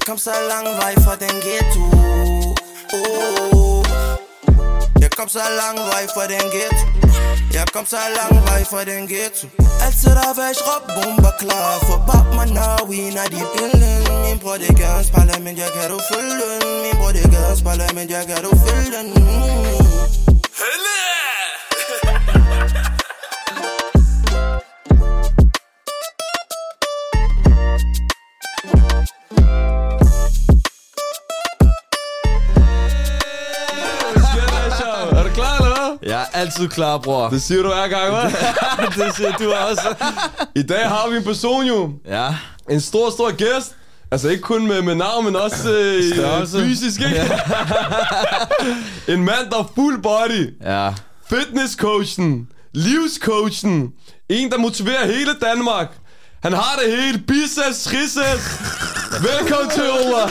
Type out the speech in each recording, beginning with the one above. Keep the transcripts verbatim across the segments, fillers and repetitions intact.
kom så lang vej fra den ghetto. Oh. Jeg kom så lang vej fra den ghetto. Jeg kom så lang vej fra den ghetto. Altid der væk råb bomber klar. For bab man now we not the building. Min bror det gørs parlament, jeg kan du følge den. Min bror det gørs parlament, jeg kan du følge den. Helle! Jeg er altid klar, bror. Det siger du hver gang, hva'? Det siger du også. I dag har vi en person jo. Ja. En stor, stor gæst. Altså ikke kun med, med navn, men også øh, fysisk, ikke? Ja. En mand, der er full body. Ja. Fitnesscoachen. Livscoachen. En, der motiverer hele Danmark. Han har det hele. Biceps, triceps. Velkommen til, Omar.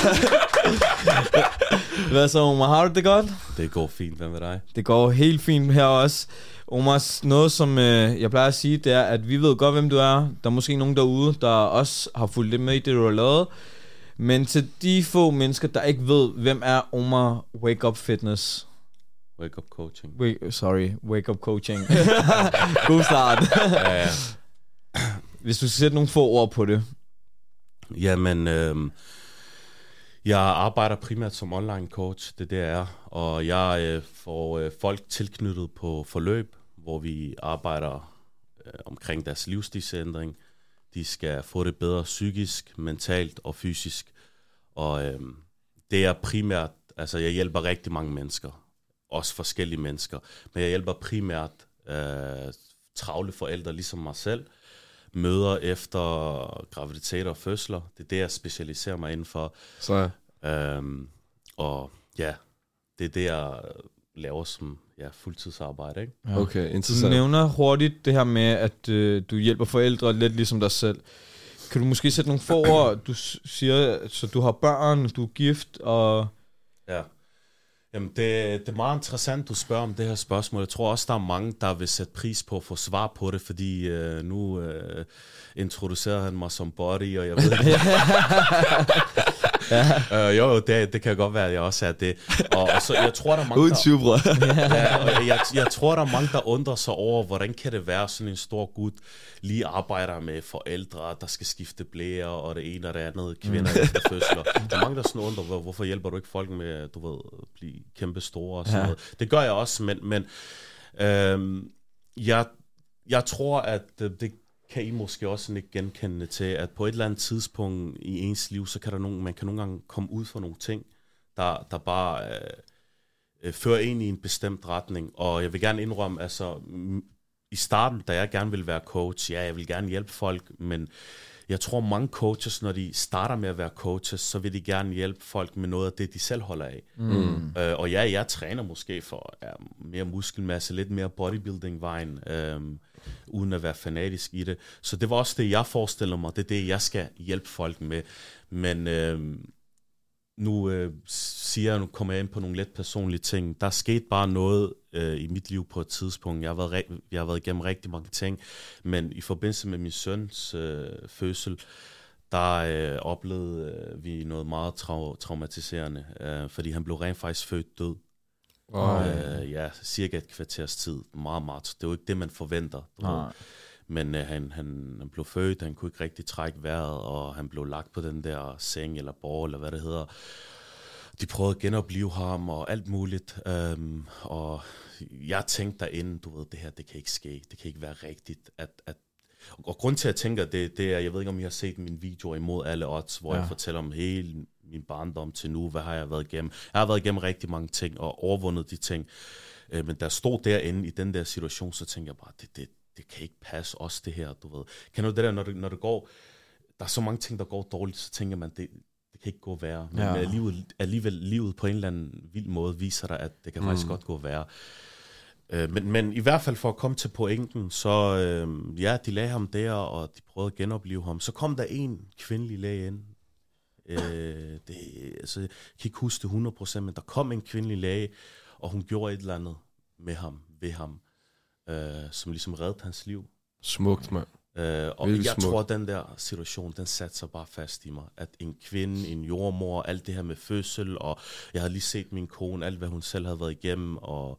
Hvad så, Omar? Har du det godt? Det går fint. Hvad med dig? Det går helt fint her også. Omar, noget som øh, jeg plejer at sige, det er, at vi ved godt, hvem du er. Der er måske nogen derude, der også har fulgt lidt med i det, du har lavet. Men til de få mennesker, der ikke ved, hvem er Omar Wake Up Fitness? Wake Up Coaching. Wake, sorry, Wake Up Coaching. God start. Ja, ja. Hvis du skal sætte nogle få ord på det. Jamen, øh, jeg arbejder primært som online coach, det er det, jeg er. Og jeg øh, får øh, folk tilknyttet på forløb, hvor vi arbejder øh, omkring deres livsstilsændring. De skal få det bedre psykisk, mentalt og fysisk. Og øh, det er primært, altså jeg hjælper rigtig mange mennesker, også forskellige mennesker. Men jeg hjælper primært øh, travle forældre, ligesom mig selv, møder efter graviditet og fødsler. Det er det, jeg specialiserer mig inden for. Så øhm, og ja, det er det, jeg laver som ja, fuldtidsarbejde, ikke? Ja. okay, Du interessant. nævner hurtigt det her med, at øh, du hjælper forældre lidt ligesom dig selv. Kan du måske sætte nogle få ord? Du siger, så du har børn, du er gift, og... Ja. Jamen, det, det er meget interessant, du spørger om det her spørgsmål. Jeg tror også, der er mange, der vil sætte pris på at få svar på det, fordi øh, nu øh, introducerer han mig som body, og jeg ved ikke... ja. øh, jo, det, det kan godt være, at jeg også er det. Og, og så, jeg tror, der er mange, Uden tvivl, bror. ja, og jeg, jeg, jeg tror, der er mange, der undrer sig over, hvordan kan det være, sådan en stor gut lige arbejder med forældre, der skal skifte blære, og det ene og det andet, kvinder efter fødsler. Der er mange, der sådan undrer, hvor, hvorfor hjælper du ikke folk med, du ved, at blive kæmpe store og sådan ja. noget. Det gør jeg også, men, men øhm, jeg, jeg tror, at det kan I måske også ikke genkende til, at på et eller andet tidspunkt i ens liv, så kan der nogen, man kan nogle gange komme ud for nogle ting, der, der bare øh, øh, fører en i en bestemt retning. Og jeg vil gerne indrømme, altså i starten, da jeg gerne ville være coach, ja, jeg vil gerne hjælpe folk, men jeg tror mange coaches, når de starter med at være coaches, så vil de gerne hjælpe folk med noget af det, de selv holder af. Mm. Øh, og ja, jeg træner måske for ja, mere muskelmasse, lidt mere bodybuilding-vejen, øh, uden at være fanatisk i det. Så det var også det, jeg forestiller mig. Det er det, jeg skal hjælpe folk med. Men øh, nu øh, siger jeg, nu kommer jeg ind på nogle lidt personlige ting. Der er sket bare noget øh, i mit liv på et tidspunkt. Jeg har været, jeg har været igennem rigtig mange ting, men i forbindelse med min søns øh, fødsel, der øh, oplevede øh, vi noget meget trau- traumatiserende, øh, fordi han blev rent faktisk født død. Oh. Øh, ja, cirka et kvarters tid. Meget, meget. Det er jo ikke det, man forventer. Du Men øh, han, han, han blev født, han kunne ikke rigtig trække vejret, og han blev lagt på den der seng eller borg, eller hvad det hedder. De prøvede at genopleve ham og alt muligt. Øhm, og jeg tænkte derinde, du ved, det her, det kan ikke ske. Det kan ikke være rigtigt. At, at og grund til, at jeg tænker, det, det er, jeg ved ikke, om I har set min video imod alle odds, hvor ja. jeg fortæller om hele min barndom til nu, hvad har jeg været igennem. Jeg har været igennem rigtig mange ting, og overvundet de ting. Øh, men der stod derinde i den der situation, så tænker jeg bare, det, det, det kan ikke passe os det her, du ved. Kan du det der, når det, når det går, der er så mange ting, der går dårligt, så tænker man, det, det kan ikke gå værre. Men ja. alligevel, alligevel livet på en eller anden vild måde viser dig, at det kan mm. faktisk godt gå værre. Men, men i hvert fald for at komme til pointen, så øh, ja, de lagde ham der, og de prøvede at genopleve ham. Så kom der en kvindelig læge ind. Øh, det, altså, jeg kan ikke huske det hundrede procent, men der kom en kvindelig læge, og hun gjorde et eller andet med ham, ved ham, øh, som ligesom reddede hans liv. Smukt, mand. Uh, og Virkelig jeg smuk. tror, at den der situation, den satte sig bare fast i mig. At en kvinde, en jordmor, alt det her med fødsel, og jeg havde lige set min kone, alt hvad hun selv havde været igennem, og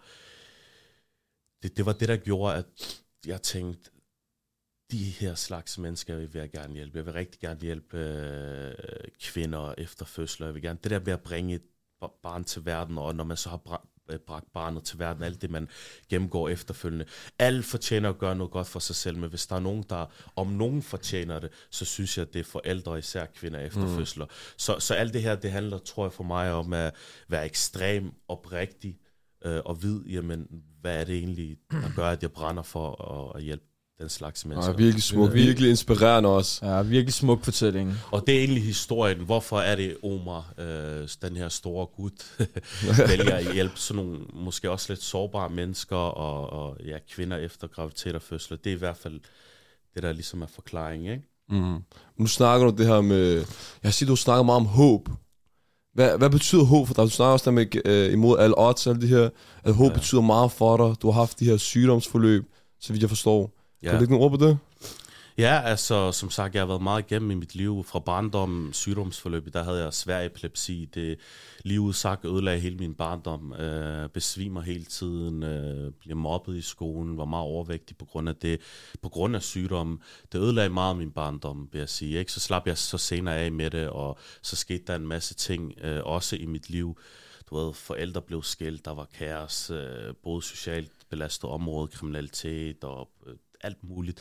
det, det var det, der gjorde, at jeg tænkte, de her slags mennesker vil jeg gerne hjælpe. Jeg vil rigtig gerne hjælpe øh, kvinder efter fødsler. Jeg vil gerne, det der med at bringe et barn til verden, og når man så har bragt barnet til verden, alt det, man gennemgår efterfølgende. Alle fortjener at gøre noget godt for sig selv, men hvis der er nogen, der om nogen fortjener det, så synes jeg, at det er forældre, især kvinder efter mm. fødsler. Så, så alt det her, det handler, tror jeg, for mig om at være ekstrem, oprigtig, øh, og vide, jamen, hvad er det egentlig, der gør, at jeg brænder for at, at hjælpe den slags mennesker. Ja, virkelig smuk, virkelig inspirerende også. Ja, virkelig smuk fortælling. Og det er egentlig historien. Hvorfor er det Omar, øh, den her store gut, vælger at hjælpe sådan nogle måske også lidt sårbare mennesker og, og ja, kvinder efter graviditet og fødsler. Det er i hvert fald det, der ligesom er forklaring, ikke? Mm. Nu snakker du det her med... Jeg har set, du snakker meget om håb. Hvad, hvad betyder håb for dig? Du snakker også der med øh, imod alle odds, alle det her. At håb ja. betyder meget for dig. Du har haft de her sygdomsforløb, så vidt jeg forstår. Ja. Kan du lægge nogle ord på det? Ja, altså som sagt, jeg har været meget igennem i mit liv. Fra barndommen, sygdomsforløbet, der havde jeg svær epilepsi. Det livet sagt ødelagde hele min barndom. Øh, besvimer hele tiden, øh, bliver mobbet i skolen, var meget overvægtig på grund af det. På grund af sygdommen. Det ødelagde meget min barndom, vil jeg sige. Ikke? Så slap jeg så senere af med det, og så skete der en masse ting, øh, også i mit liv. Du ved, forældre blev skilt, der var kaos, øh, både socialt belastet område, kriminalitet og øh, alt muligt.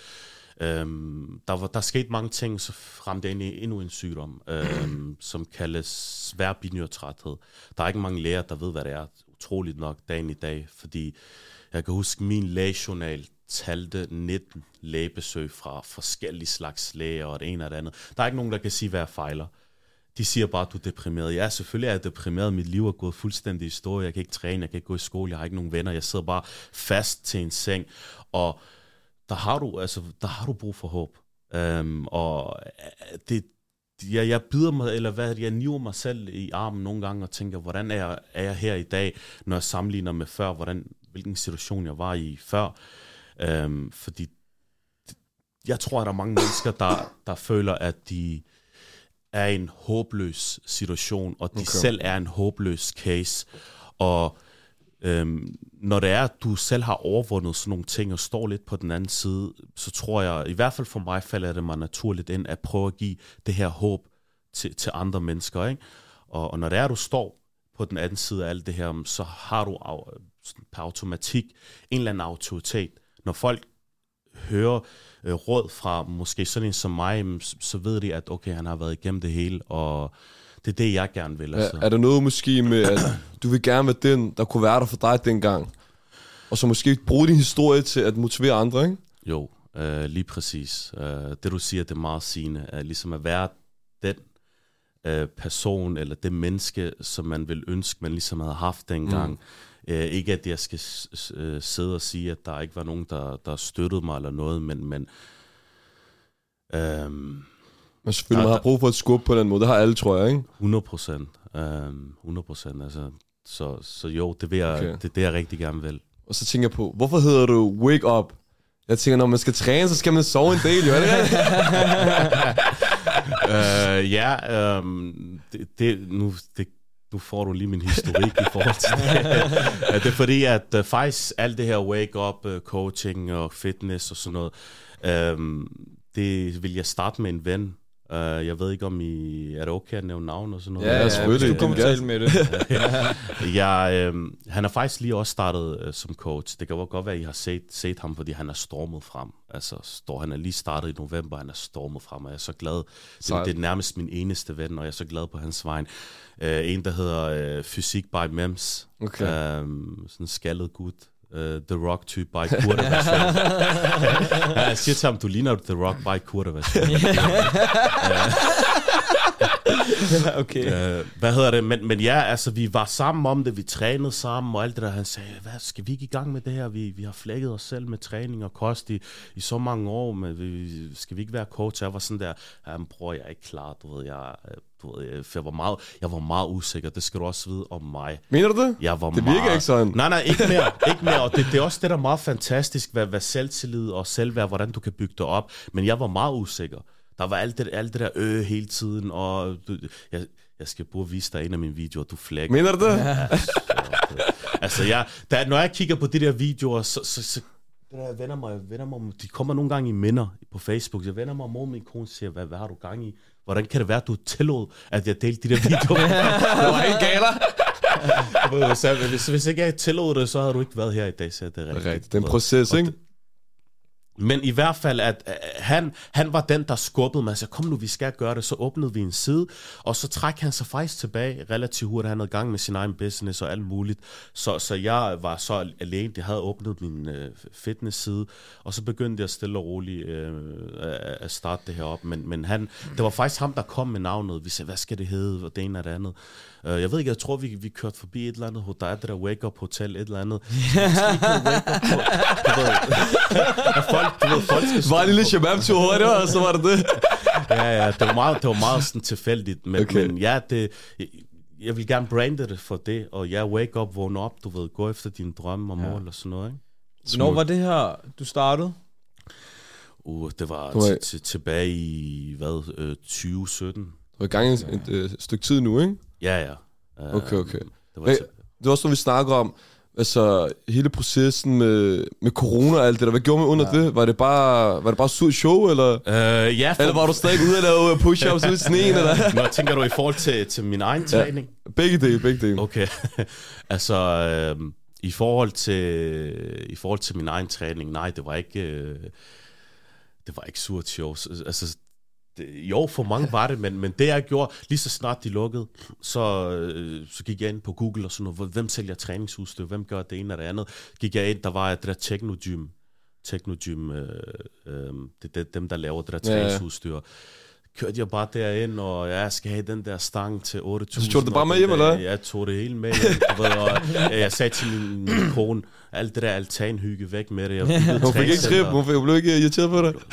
Øhm, der var der skete mange ting, så ramte jeg ind i endnu en sygdom, øhm, som kaldes svær binyrtræthed. Der er ikke mange læger, der ved, hvad det er. Utroligt nok dagen i dag, fordi jeg kan huske, min lægejournal talte nitten lægebesøg fra forskellige slags læger og det ene og det andet. Der er ikke nogen, der kan sige, hvad jeg fejler. De siger bare, at du er deprimeret. Ja, selvfølgelig er jeg deprimeret. Mit liv er gået fuldstændig i stå. Jeg kan ikke træne, jeg kan ikke gå i skole, jeg har ikke nogen venner. Jeg sidder bare fast til en seng, og der har du, altså, der har du brug for håb. Um, og det, jeg, jeg byder mig, eller hvad, jeg niver mig selv i armen nogle gange og tænker, hvordan er jeg, er jeg her i dag, når jeg sammenligner med før, hvordan, hvilken situation jeg var i før. Um, fordi jeg tror, at der er mange mennesker, der, der føler, at de er i en håbløs situation, og de okay. selv er en håbløs case. Og øhm, når det er, at du selv har overvundet sådan nogle ting, og står lidt på den anden side, så tror jeg, i hvert fald for mig, falder det mig naturligt ind, at prøve at give det her håb til, til andre mennesker. Ikke? Og, og når det er, at du står på den anden side af alt det her, så har du per automatik en eller anden autoritet. Når folk hører øh, råd fra måske sådan en som mig, så ved de, at okay, han har været igennem det hele, og det er det, jeg gerne vil. Altså. Er, er der noget måske med, at du vil gerne være den, der kunne være der for dig dengang, og så måske bruge din historie til at motivere andre, ikke? Jo, øh, lige præcis. Øh, det du siger, det er meget sigende. Øh, ligesom at være den øh, person, eller det menneske, som man vil ønske, man ligesom havde haft dengang. Mm. Uh, ikke at jeg skal uh, sidde og sige, at der ikke var nogen, der, der støttede mig eller noget, men... men um, men selvfølgelig, man har brug for et skub på den måde, det har alle, tror jeg, ikke? hundrede procent. Um, hundrede procent, altså. Så, så jo, det, vil jeg, okay. det, det jeg rigtig gerne vil. Og så tænker jeg på, hvorfor hedder du Wake Up? Jeg tænker, når man skal træne, så skal man sove en del, jo, er det rigtigt? uh, ja, um, det, det, nu... Det, Nu får du lige min historik i forhold til det. Det er fordi, at uh, faktisk alt det her wake-up, uh, coaching og fitness og sådan noget, um, det vil jeg starte med en ven. Uh, jeg ved ikke, om I er det okay at nævne navn og sådan noget? Ja, ja, selvfølgelig. Du kommer tale med det. jeg, um, han har faktisk lige også startet uh, som coach. Det kan godt være, at I har set, set ham, fordi han er stormet frem. Altså, står, han er lige startet i november, han er stormet frem, og jeg er så glad. Det, det er nærmest min eneste ven, og jeg er så glad på hans vejen. Uh, en, der hedder uh, Physik by Mems. Okay. Um, sådan en skaldet gut. Uh, The Rock type by Kurta version. Jeg siger til ham, du ligner The Rock by Kurta version. Okay. Øh, hvad hedder det? Men, men ja, altså, vi var sammen om det, vi trænede sammen og alt det der. Han sagde, hvad, skal vi ikke i gang med det her? Vi, vi har flækket os selv med træning og kost i, i så mange år, men vi, skal vi ikke være coach? Jeg var sådan der, jamen bror, jeg er ikke klar, du ved, jeg... Du ved, jeg, var meget, jeg var meget usikker, det skal du også vide om mig. Mener du det? Jeg var det virker meget, ikke sådan. Nej, nej, ikke mere. Ikke mere. Og det, det er også det, der er meget fantastisk, hvad, hvad selvtillid og selvværd, hvordan du kan bygge det op. Men jeg var meget usikker. Der var alt det, alt det der øh hele tiden, og du, jeg, jeg skal bare vise dig en af mine videoer, du flækker. Mener du det? Ja, altså, jeg, der, når jeg kigger på de der videoer, så... så, så jeg vender mig, vender mig, de kommer nogle gange i minder på Facebook. Jeg vender mig mod min kone og siger, hvad, hvad har du gang i? Hvordan kan det være, at du tillod, at jeg delte de der videoer? Det var helt galer. hvis, hvis ikke jeg tillod det, så havde du ikke været her i dag. Så det er rigtigt. Rigtigt. Det er en proces, ikke? Men i hvert fald, at uh, han, han var den, der skubbede mig. Så kom nu, vi skal gøre det. Så åbnede vi en side, og så trak han sig faktisk tilbage relativt hurtigt. Han havde gang med sin egen business og alt muligt. Så, så jeg var så alene. Jeg havde åbnet min uh, fitness-side, og så begyndte jeg stille og roligt uh, at starte det her op. Men, men han, det var faktisk ham, der kom med navnet. Vi sagde, hvad skal det hedde? Og det ene og det andet. Uh, jeg ved ikke, jeg tror, vi, vi kørte forbi et eller andet. Der er det der wake-up hotel, et eller andet. Folk, du ved, folk skal var en lille shabab-tur hurtigt, og så var det det. Ja, ja, det var meget, det var meget sådan tilfældigt, men, okay. men ja, det, jeg vil gerne brande det for det, og ja, wake up, vågne op, du ved, gå efter dine drømme og mål ja. og sådan noget, ikke? Når var det her, du startede? Uh, det var t- t- tilbage i, hvad, øh, tyve sytten. Du var i gang et, et, et stykke tid nu, ikke? Ja, ja. Uh, okay, okay. Det var, Hey, det var også, når vi snakker om, altså, hele processen med, med corona og alt det der. Hvad gjorde man under ja. det? Var det bare, var det bare surt show, eller? Uh, ja, for... Eller var du stadig ude at lave push-ups ud i sneen, eller? Nå, tænker du i forhold til, til min egen træning? Ja, begge dele, begge dele. Okay. altså, øh, i, forhold til, i forhold til min egen træning, nej, det var ikke, øh, det var ikke surt show. Altså, det, jo, for mange var det, men, men det jeg gjorde, lige så snart de lukkede, så, øh, så gik jeg ind på Google og sådan noget, hvem sælger træningsudstyr, hvem gør det ene og det andet. Gik jeg ind, der var det der Technogym, Technogym, øh, øh, det er dem, der laver det der træningsudstyr. Kørte jeg bare derind, og jeg skal have den der stang til otte tusind. Så tog du det bare med hjem, eller? Jeg tog det hele med hjem, du ved, og jeg, jeg sagde til min, min kone, alt det der altanhygge væk med det. Jeg hun fik ikke skrive, hun, hun blev ikke irriteret på det.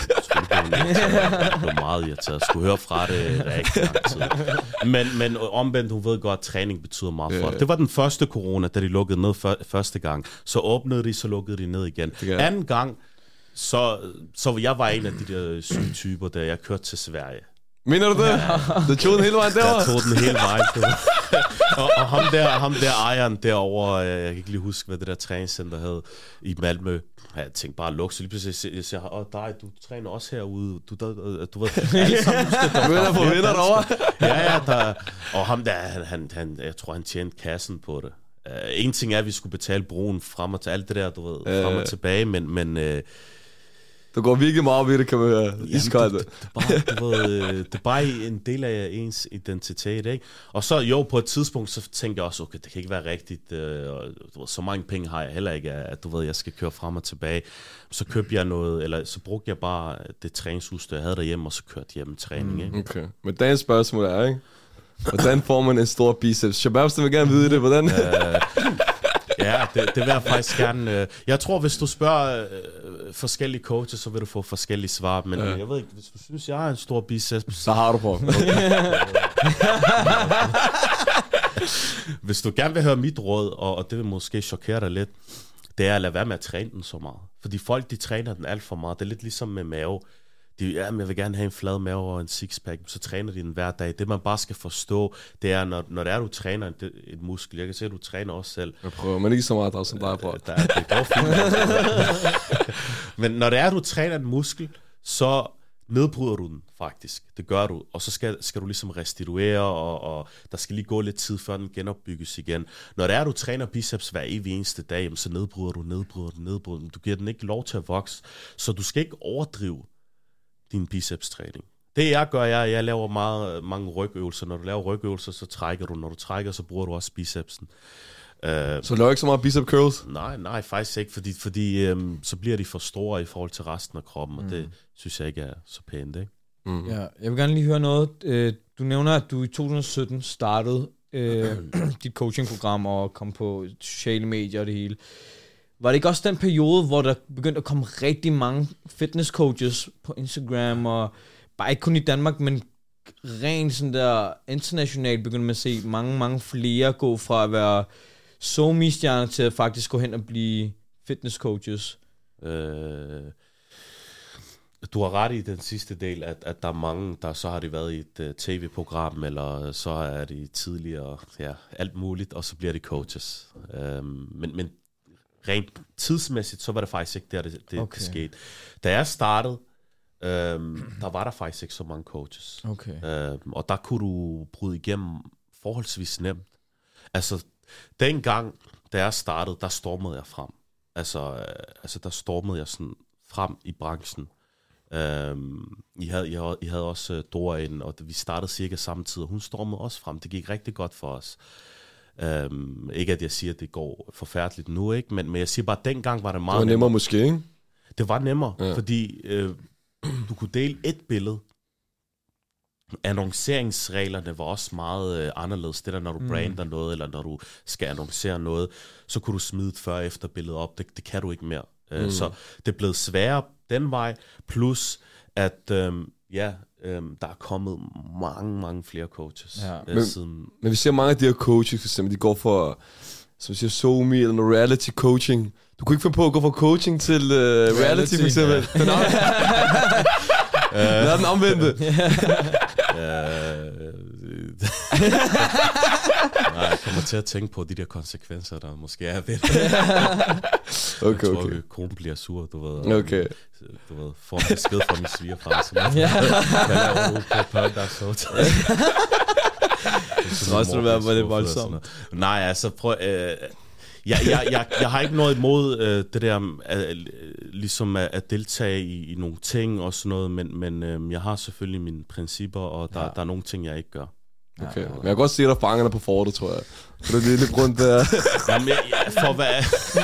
Jeg blev meget irriteret. Jeg skulle høre fra det rigtig lang tid. Men, men omvendt, hun ved godt, at træning betyder meget for det. Det var den første corona, da de lukkede ned for, første gang. Så åbnede de, så lukkede de ned igen. Anden gang, så, så jeg var en af de der syge typer, der jeg kørte til Sverige. Mener du det? Ja. Du tog den hele vejen derovre? Jeg tog den hele vejen og, og ham der, ham der ejeren derovre, jeg kan ikke lige huske, hvad det der træningscenter hed i Malmø. Jeg tænkte bare luksus. Lige pludselig jeg siger, åh dig, du træner også herude. Du, du, du ved, alle sammen husker, du er der venner derovre. Ja, ja, der, og ham der, han, han, han, jeg tror, han tjente kassen på det. Uh, en ting er, at vi skulle betale broen frem og til alt det der, du ved, frem og tilbage, men... men uh, du går virkelig meget op i det, kan man høre. Iskoldt. Det, det, det, det, det er bare en del af ens identitet, ikke? Og så jo, på et tidspunkt, så tænkte jeg også, okay, det kan ikke være rigtigt, øh, og, du ved, så mange penge har jeg heller ikke, at du ved, jeg skal køre frem og tilbage. Så købte jeg noget, eller så brugte jeg bare det træningsudstyr, jeg havde derhjemme, og så kørte jeg hjem træning, ikke? Okay, men dagens spørgsmål er, ikke? Hvordan får man en stor biceps? Shababs, vil gerne vide det, hvordan? Øh, Ja, det, det vil jeg faktisk gerne. Jeg tror, hvis du spørger øh, forskellige coaches, så vil du få forskellige svar. Men ja. Jeg ved ikke, hvis du synes, jeg har en stor biceps, så har du på. Okay. Hvis du gerne vil høre mit råd, og, og det vil måske chokere dig lidt, det er at lade være med at træne den så meget. Fordi folk, de træner den alt for meget. Det er lidt ligesom med mave. De, ja, men jeg vil gerne have en flad mave og en sixpack, så træner de den hver dag. Det man bare skal forstå, det er, når, når det er, du træner en, et muskel. Jeg kan se, at du træner også selv. Jeg prøver, men ikke så meget, der som dig på. Der, det går fint. Men når det er, du træner en muskel, så nedbryder du den faktisk. Det gør du. Og så skal, skal du ligesom restituere, og, og der skal lige gå lidt tid, før den genopbygges igen. Når det er, du træner biceps hver evig eneste dag, så nedbryder du, nedbryder du, nedbryder du. Du giver den ikke lov til at vokse. Så du skal ikke overdrive din biceps-træning. Det jeg gør, jeg, jeg laver meget, mange rygøvelser. Når du laver rygøvelser, så trækker du. Når du trækker, så bruger du også bicepsen. Uh, så du laver ikke så meget bicep curls? Nej, nej, faktisk ikke, fordi, fordi um, så bliver de for store i forhold til resten af kroppen, og mm. det synes jeg ikke er så pænt, ikke? Mm. Ja, jeg vil gerne lige høre noget. Du nævner, at du i to tusind sytten startede øh, dit coachingprogram og kom på sociale medier og det hele. Var det ikke også den periode, hvor der begyndte at komme rigtig mange fitness coaches på Instagram, og bare ikke kun i Danmark, men rent sådan der internationalt begyndte man at se mange, mange flere gå fra at være SoMe-stjerner til at faktisk gå hen og blive fitness coaches? Øh, du har ret i den sidste del, at, at der er mange, der så har de været i et uh, tv-program, eller så er de tidligere, ja, alt muligt, og så bliver de coaches. Øh, men, men rent tidsmæssigt, så var det faktisk ikke der, det, det, okay. det skete. Da jeg startede, øhm, der var der faktisk ikke så mange coaches. Okay. Øhm, og der kunne du bryde igennem forholdsvis nemt. Altså, dengang, da jeg startede, der stormede jeg frem. Altså, øh, altså der stormede jeg sådan frem i branchen. Øhm, I, havde, I, havde, I havde også uh, Dora ind, og vi startede cirka samtidig, og hun stormede også frem. Det gik rigtig godt for os. Um, ikke at jeg siger, at det går forfærdeligt nu, ikke? Men, men jeg siger bare, at dengang var det meget Det var nemmere, nemmere måske, ikke? Det var nemmere, ja. fordi øh, du kunne dele et billede. Annonceringsreglerne var også meget øh, anderledes. Det der, når du mm. brander noget, eller når du skal annoncere noget, så kunne du smide et før-efter billede op. Det, det kan du ikke mere. Mm. Uh, så det er blevet sværere den vej, plus at øh, ja, Øhm, der er kommet mange, mange flere coaches. Ja. øh, men, siden. men vi ser mange af de her coaches, for eksempel, de går for, som siger, SoMe eller noget reality coaching. Du kunne ikke finde på at gå fra coaching til uh, reality, reality, for eksempel. Ja. Den er den omvendte. Nej, jeg kommer til at tænke på de der konsekvenser, der måske er ved det. Okay, jeg tror, okay. at konen bliver sur, du ved. Okay. Du ved, får en besked fra min svigerfar, som jeg laver ude på Paradise Hotel. Så også du være, hvor det er voldsomt. Nej, altså prøv... Øh, jeg, jeg, jeg, jeg har ikke noget imod øh, det der, øh, ligesom at, at deltage i, i nogle ting og sådan noget, men, men øh, jeg har selvfølgelig mine principper, og der, ja. der er nogle ting, jeg ikke gør. Okay, men jeg kan godt se, at der fangerne på fortet, tror jeg. For det er lidt rundt der. Jamen, jeg, for hvad?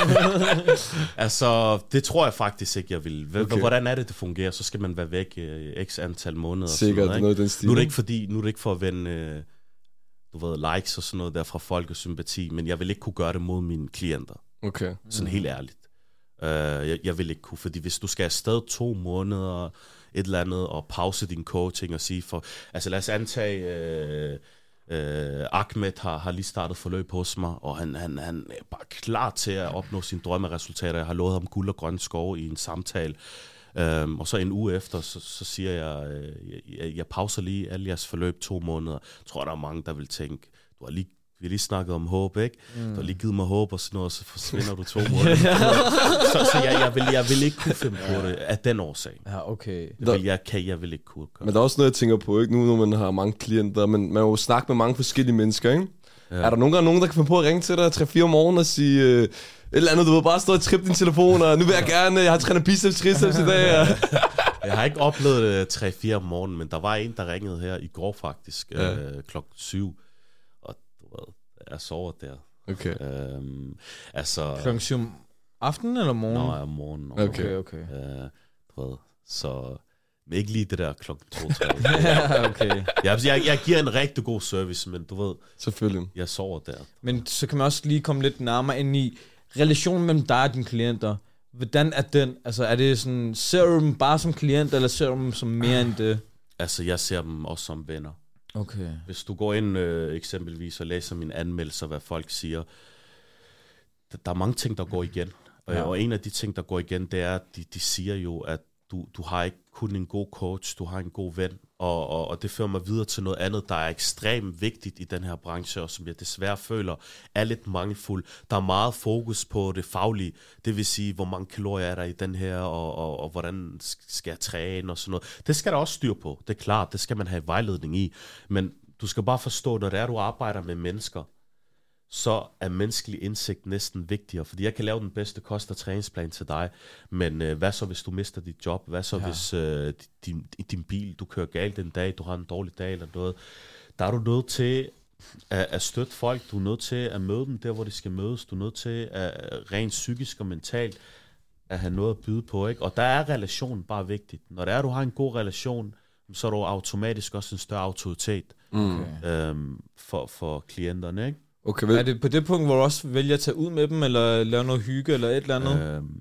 Altså, det tror jeg faktisk ikke, jeg vil. Okay. Hvordan er det, det fungerer? Så skal man være væk øh, x antal måneder. Sikkert, noget, noget den stil. Nu er det ikke fordi, nu er det ikke for at vende, øh, du ved, likes og sådan noget der fra folk og sympati, men jeg vil ikke kunne gøre det mod mine klienter. Okay. Sådan helt ærligt. Uh, jeg, jeg vil ikke kunne, fordi hvis du skal afsted to måneder, et eller andet, og pause din coaching og sige for, altså lad os antage, uh, uh, Ahmed har, har lige startet forløb hos mig, og han, han, han er bare klar til at opnå sine drømmeresultater. Jeg har lovet ham guld og grønne skove i en samtale, um, og så en uge efter, så, så siger jeg, uh, jeg, jeg pauser lige alle jeres forløb to måneder. Jeg tror, der er mange, der vil tænke, du har lige vi har lige snakket om håb, ikke? Mm. Du har lige givet mig håb og sådan noget, og så forsvinder du to måneder. så så jeg, jeg, vil, jeg vil ikke kunne finde på det af den årsag. Ja, okay. Det vil jeg, kan, jeg vil ikke kunne gøre. Men der er også noget, jeg tænker på, ikke? Nu når man har mange klienter, men man har jo snakket med mange forskellige mennesker, ikke? Ja. Er der nogle gange nogen, der kan finde på at ringe til dig tre fire om morgenen og sige øh, et eller andet, du vil bare stå og trippe din telefon, og nu vil jeg gerne, jeg har trænet biceps, triceps i dag. Og jeg har ikke oplevet det tre fire om morgenen, men der var en, der ringede her i går faktisk, ja. øh, klokken syv. Jeg sover der. Okay. Øhm, altså... Klokken syv om aftenen eller morgen? Nej, om morgenen. Okay, okay. Øh, du ved, så... Men ikke lige det der klokken to tre. Ja, okay. Jeg, jeg, jeg giver en rigtig god service, men du ved... Selvfølgelig. Jeg sover der. Men så kan man også lige komme lidt nærmere ind i relationen mellem dig og dine klienter. Hvordan er den? Altså, er det sådan... Ser du dem bare som klient, eller ser du dem som mere end det? Altså, jeg ser dem også som venner. Okay. Hvis du går ind øh, eksempelvis og læser mine anmeldelser, hvad folk siger, der, der er mange ting, der går igen. Ja. Og en af de ting, der går igen, det er, at de, de siger jo, at du, du har ikke kun en god coach, du har en god ven. Og, og, og det fører mig videre til noget andet, der er ekstremt vigtigt i den her branche, og som jeg desværre føler er lidt mangelfuld. Der er meget fokus på det faglige, det vil sige, hvor mange kalorier er der i den her, og, og, og hvordan skal jeg træne og sådan noget. Det skal der også styr på, det er klart, det skal man have vejledning i. Men du skal bare forstå, når det er, du arbejder med mennesker, så er menneskelig indsigt næsten vigtigere, fordi jeg kan lave den bedste kost- og træningsplan til dig, men øh, hvad så, hvis du mister dit job? Hvad så, ja. hvis øh, din, din bil, du kører galt en dag, du har en dårlig dag eller noget? Der er du nødt til at, at støtte folk, du er nødt til at møde dem der, hvor de skal mødes, du er nødt til at rent psykisk og mentalt at have noget at byde på, ikke? Og der er relationen bare vigtigt. Når det er, du har en god relation så er du automatisk også en større autoritet Mm. øhm, for, for klienterne, ikke? Okay, vel. Er det på det punkt, hvor du også vælger at tage ud med dem, eller lave noget hygge, eller et eller andet? Øhm,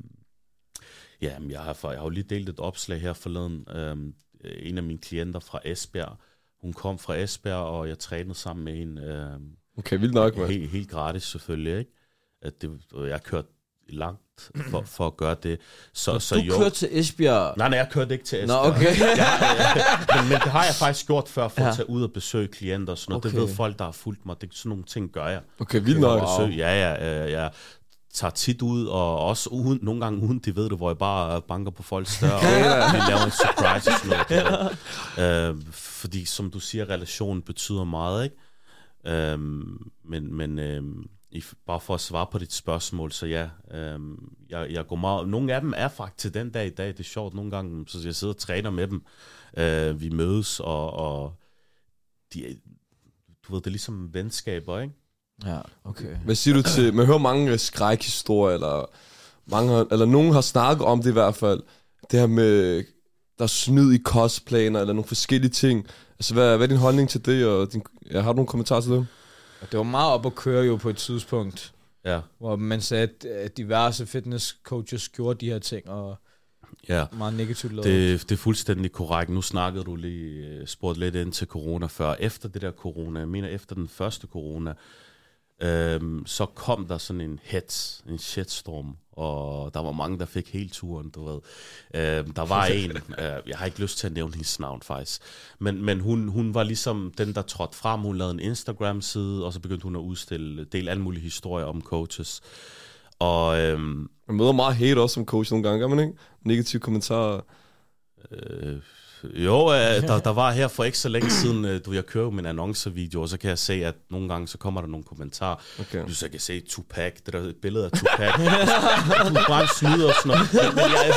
ja, men jeg har, for, jeg har jo lige delt et opslag her forleden. Øhm, en af mine klienter fra Esbjerg, hun kom fra Esbjerg, og jeg trænede sammen med hende. Øhm, Okay, vildt nok, man. helt, helt gratis selvfølgelig, ikke? At det, jeg har kørt langt for, for at gøre det. Så, så du jo. kørte til Esbjerg? Nej, nej, jeg kørte ikke til Esbjerg. Nå, okay. jeg, men, men det har jeg faktisk gjort før, for ja. Ja. at tage ud og besøge klienter og sådan noget. Okay. Det ved folk, der har fulgt mig. Det, sådan nogle ting gør jeg. Okay, vildt nok. Besøg. Ja, ja, øh, jeg tager tit ud, og også uden, nogle gange uden de ved det, hvor jeg bare banker på folks dør, og vi laver en surprise og sådan noget. Ja. Øh, fordi, som du siger, relationen betyder meget, ikke? Øh, men, men øh, i, bare for at svare på dit spørgsmål, så ja, øh, jeg, jeg går meget. Nogle af dem er faktisk til den dag i dag, det er sjovt nogle gange, så jeg sidder og træner med dem. Øh, vi mødes, og, og de, du ved, det er ligesom venskaber, ikke? Ja, okay. Hvad siger du til, man hører mange skrækhistorier, eller, mange, eller nogen har snakket om det i hvert fald, det her med, der er snyd i kostplaner, eller nogle forskellige ting. Altså, hvad, hvad er din holdning til det, og din, ja, har du nogle kommentarer til det? Det var meget op at køre jo på et tidspunkt, Ja. hvor man sagde, at diverse fitness coaches gjorde de her ting, og Ja. meget negativt lavet. Det, det er fuldstændig korrekt. Nu snakkede du lige, spurgte lidt ind til corona før. Efter det der corona, jeg mener efter den første corona, øhm, så kom der sådan en hets, en shitstorm, og der var mange, der fik hele turen, du ved. Øhm, der var en, øh, jeg har ikke lyst til at nævne hendes navn faktisk, men, men hun, hun var ligesom den, der trådte frem. Hun lavede en Instagram-side, og så begyndte hun at udstille, dele alle mulige historier om coaches. Og øhm, Man møder meget hate også som coach nogle gange, gør man ikke? Negative kommentarer. Øh, jo, øh, der, der var her for ikke så længe siden, øh, du jeg kører min annoncevideo, og så kan jeg se, at nogle gange så kommer der nogle kommentarer. Okay. Du så kan se Tupac, det der et billede af Tupac. Du bare snyder og sådan noget. Men, men jeg,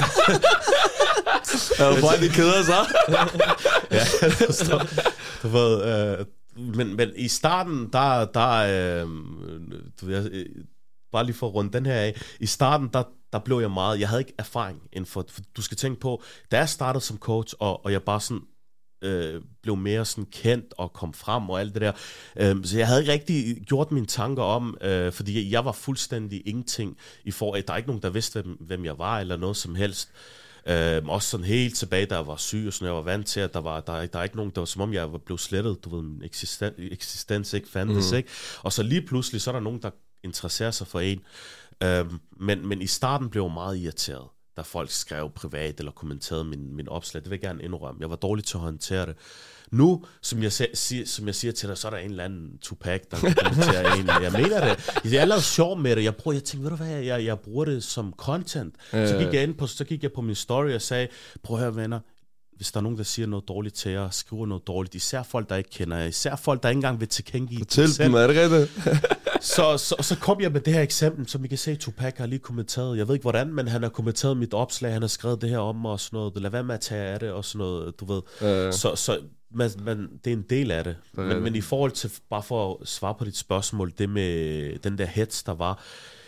Ja, hvor er de keder så? ja, forstår. Du ved, øh, men, men i starten, der, der øh, du ved, øh, bare lige for at runde den her af, i starten, der, der blev jeg meget, jeg havde ikke erfaring inden for, for du skal tænke på, da jeg startede som coach, og, og jeg bare sådan, øh, blev mere sådan kendt, og kom frem, og alt det der, øh, så jeg havde ikke rigtig gjort mine tanker om, øh, fordi jeg var fuldstændig ingenting, i forhold, der er ikke nogen, der vidste, hvem, hvem jeg var, eller noget som helst. Uh, også sådan helt tilbage, da jeg var syg, og sådan, jeg var vant til, at der var der, der er ikke nogen, der var som om, jeg var blevet slettet, du ved, min eksisten, eksistens ikke fandtes, mm. ikke? Og så lige pludselig, så er der nogen, der interesserer sig for en. Uh, men, men i starten blev jeg meget irriteret, da folk skrev privat eller kommenterede min, min opslag. Det vil jeg gerne indrømme. Jeg var dårlig til at håndtere det. Nu, som jeg, siger, som jeg siger til dig, så er der en eller anden Tupac, der kommenterer en. Jeg mener det. Jeg er lavet sjov med det. Jeg, bruger, jeg tænkte, ved du hvad, jeg, jeg bruger det som content. Øh. Så gik jeg ind på, så gik jeg på min story og sagde, prøv at høre venner, hvis der er nogen, der siger noget dårligt til jer, skriver noget dårligt, især folk, der ikke kender jer, især folk, der ikke engang vil tilkendegive det Fortæl dem, er det rigtigt? så, så, så kom jeg med det her eksempel, som I kan se, Tupac har lige kommenteret. Jeg ved ikke hvordan, men han har kommenteret mit opslag, han har skrevet det her om og sådan noget. Lad være med at tage af det og sådan noget, du ved. Øh. Så, så man, man, det er en del af det. Det er Men, det. men i forhold til, bare for at svare på dit spørgsmål, det med den der hets, der var.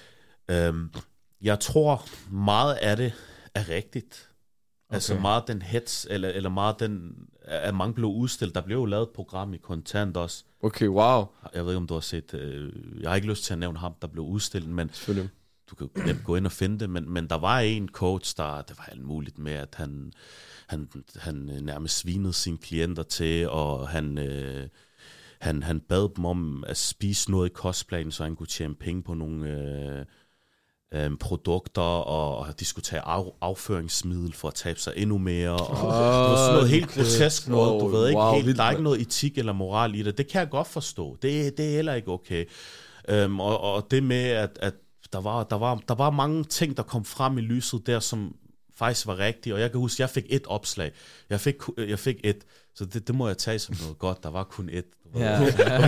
Øhm, jeg tror, meget af det er rigtigt. Okay. Altså meget den hets, eller, eller meget den, at mange blev udstillet. Der blev jo lavet et program i Kontant også. Okay, wow. Jeg ved ikke, om du har set, øh, jeg har ikke lyst til at nævne ham, der blev udstillet, men Selvfølgelig. du kan jo nemt gå ind og finde det, men, men der var en coach, der, det var alt muligt med, at han, han, han nærmest svinede sine klienter til, og han, øh, han, han bad dem om at spise noget i kostplanen, så han kunne tjene penge på nogle øh, øh, produkter, og de skulle tage af, afføringsmiddel for at tabe sig endnu mere, og oh, det var sådan noget helt grotesk noget, du ved ikke, wow, helt, vildt, der er ikke noget etik eller moral i det, det kan jeg godt forstå, det, det er heller ikke okay, um, og, og det med, at, at der, var, der, var, der var mange ting, der kom frem i lyset der, som faktisk var rigtige, og jeg kan huske, jeg fik et opslag, jeg fik, jeg fik et, så det, det må jeg tage som noget godt, der var kun et. Ja.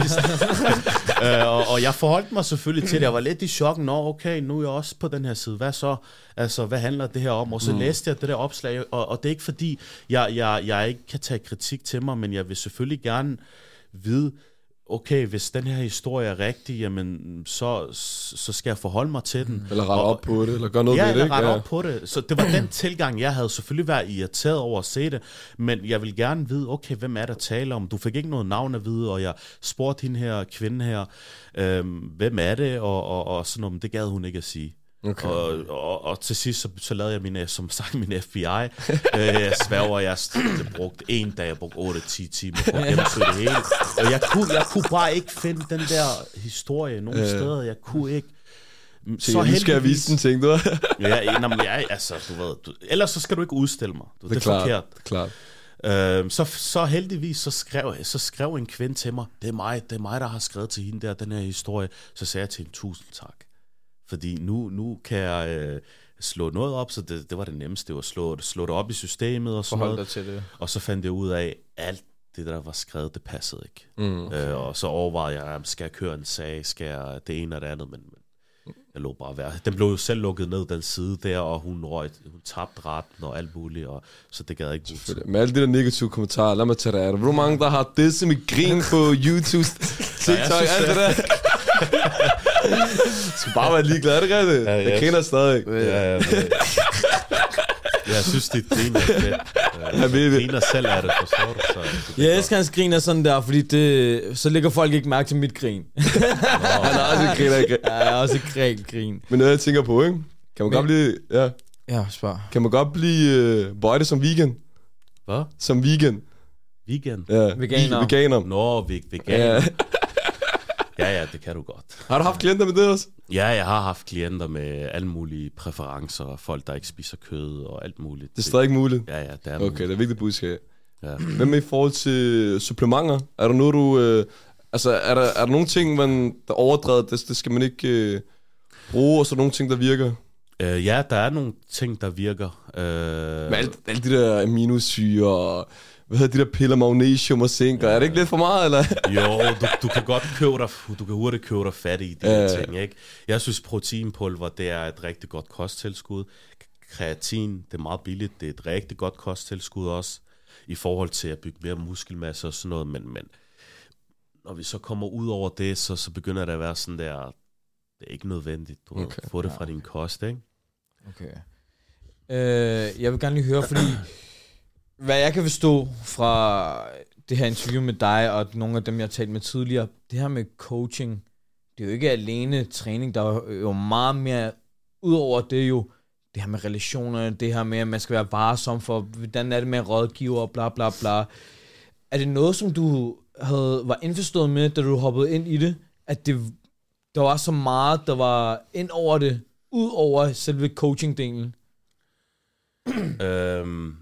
øh, og, og jeg forholdt mig selvfølgelig til det. Jeg var lidt i chok. Nå, okay, nu er jeg også på den her side. Hvad så? Altså, hvad handler det her om? Og så mm. læste jeg det der opslag, og, og det er ikke fordi, jeg, jeg, jeg ikke kan tage kritik til mig, men jeg vil selvfølgelig gerne vide, okay, hvis den her historie er rigtig, jamen, så, så skal jeg forholde mig til den. Eller rette op på det, eller gøre noget ja, ved det, ikke? Ja, eller rette op på det. Så det var den tilgang, jeg havde selvfølgelig været irriteret over at se det, men jeg vil gerne vide, okay, hvem er der taler om? Du fik ikke noget navn at vide, og jeg spurgte hende her, kvinde her, øhm, hvem er det, og, og, og sådan noget, men det gad hun ikke at sige. Okay. Og, og, og til sidst så, så lavede jeg min, som sagt, min F B I. øh, jeg sværger, jeg, jeg brugte en dag, jeg brugte otte til ti timer på at gennemsøge det hele. Og jeg kunne, jeg kunne bare ikke finde den der historie nogen øh. steder. Jeg kunne ikke. Så, så heldigvis skal jeg vise den ting, du ja, nej, men jeg, altså, du ved, du, ellers så skal du ikke udstille mig. Du, det, det er klart, forkert. Klart. Øh, så, så heldigvis så skrev, så skrev en kvinde til mig, det er mig, det er mig, der har skrevet til hende der, den her historie. Så sagde jeg til hende, tusind tak. Fordi nu, nu kan jeg øh, slå noget op, så det, det var det nemmeste, det var at slå, slå det op i systemet og sådan Forhold noget. dig til det. Og så fandt jeg ud af, at alt det, der var skrevet, det passede ikke. Mm, okay. øh, og så overvejede jeg, skal jeg køre en sag, skal jeg det ene og det andet, men, men jeg lå bare være. Den blev jo selv lukket ned, den side der, og hun røg, hun tabte retten og alt muligt, og så det gad jeg ikke bruge. Med alle de der negative kommentarer, lad mig tage det af. Hvor mange, der har disset med grin på YouTube, TikTok, alt det der? Du skal bare være ligeglad, er det rigtigt? Ja, jeg, jeg kender stadig. Ja, ja, ja. Jeg synes, det griner fedt. Jeg griner selv af det, forstår du? Så jeg elsker hans griner sådan der, fordi det, så lægger folk ikke mærke til mit grin. Nå, han har også et grin af grin. Ja, jeg har også et grin, grin. Men noget, jeg tænker på, ikke? Kan man Men, godt blive... Ja, ja spørg. Kan man godt blive uh, bøjte som vegan? Hvad? Som vegan. Vegan? Ja, veganer. Veganer. Nå, veganer. Ja. Ja, ja, det kan du godt. Har du haft klienter med det også? Ja, jeg har haft klienter med alle mulige præferencer, folk, der ikke spiser kød og alt muligt. Det er stadig ikke muligt? Ja, ja, det er okay, muligt. det er vigtigt budskab. Ja. Hvad med i forhold til supplementer? Er der noget, du... Øh, altså, er der, er der nogle ting, man, der er overdrevet, det, det skal man ikke øh, bruge, og så nogle ting, der virker? Uh, ja, der er nogle ting, der virker. Uh, med alle, alle de der aminosyre og... Hvad hedder de der piller, magnesium og zink? Ja. Er det ikke lidt for meget, eller? Jo, du, du kan godt købe dig, du kan hurtigt købe dig fat i de ja. her ting, ikke? Jeg synes, proteinpulver, det er et rigtig godt kosttilskud. Kreatin, det er meget billigt, det er et rigtig godt kosttilskud også, i forhold til at bygge mere muskelmasse og sådan noget, men, men når vi så kommer ud over det, så, så begynder det at være sådan der, det er ikke nødvendigt, du okay. får det fra din kost, ikke? Okay. Øh, jeg vil gerne lige høre, fordi... Hvad jeg kan forstå fra det her interview med dig, og nogle af dem, jeg har talt med tidligere, det her med coaching, det er jo ikke alene træning, der er jo meget mere, udover det jo, det her med relationerne, det her med, at man skal være varsom for, hvordan er det med rådgiver, bla bla bla. Er det noget, som du havde, var indforstået med, da du hoppede ind i det, at det, der var så meget, der var ind over det, ud over selve coaching-delen? øhm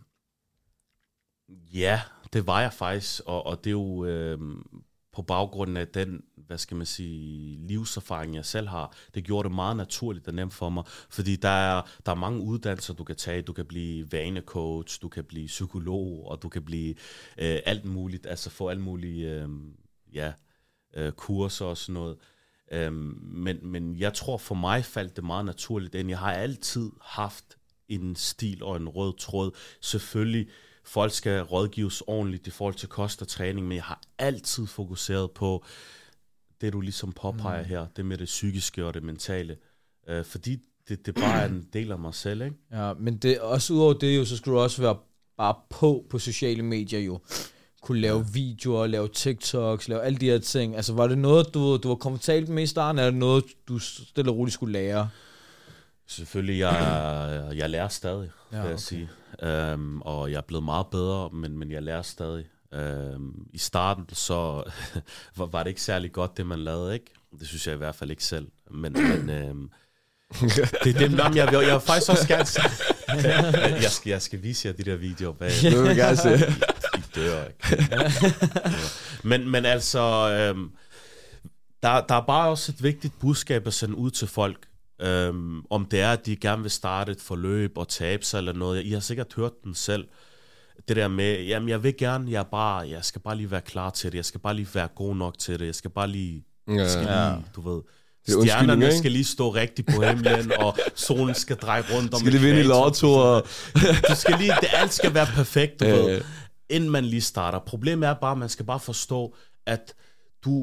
Ja, det var jeg faktisk, og, og det er jo øh, på baggrund af den, hvad skal man sige, livserfaring, jeg selv har. Det gjorde det meget naturligt og nemt for mig, fordi der er, der er mange uddannelser, du kan tage. Du kan blive vanecoach, du kan blive psykolog, og du kan blive øh, alt muligt, altså få alle mulige øh, ja, øh, kurser og sådan noget. Øh, men, men jeg tror, for mig faldt det meget naturligt ind. Jeg har altid haft en stil og en rød tråd. Selvfølgelig folk skal rådgives ordentligt i forhold til kost og træning, men jeg har altid fokuseret på det, du ligesom påpeger mm. her, det med det psykiske og det mentale, øh, fordi det, det bare er en del af mig selv, ikke? Ja, men det, også udover det jo, så skulle du også være bare på på sociale medier jo, kunne lave ja. videoer, lave TikToks, lave alle de her ting. Altså var det noget, du, du var komfortabel med i starten, eller er det noget, du stille og roligt skulle lære? Selvfølgelig, jeg, jeg lærer stadig, ja, vil jeg okay. sige. Um, og jeg er blevet meget bedre, men, men jeg lærer stadig. Um, I starten så var, var det ikke særlig godt, det man lavede, ikke? Det synes jeg i hvert fald ikke selv. Men, men um, det er dem, jeg, jeg, jeg vil faktisk også gerne se. jeg, skal, jeg skal vise jer de der videoer bag. Det vil gerne se. I, I dør, ikke? men, men altså, um, der, der er bare også et vigtigt budskab at sende ud til folk. Um, om det er, at de gerne vil starte et forløb og tabe sig eller noget. I har sikkert hørt den selv. Det der med, jamen jeg vil gerne, jeg, bare, jeg skal bare lige være klar til det. Jeg skal bare lige være god nok til det. Jeg skal bare lige, ja, skal ja. lige du ved, stjernerne skal lige stå rigtigt på himlen, og solen skal dreje rundt om. Skal lige vinde i lotto. Og... du skal lige, det, alt skal være perfekt, du ved, inden man lige starter. Problemet er bare, at man skal bare forstå, at du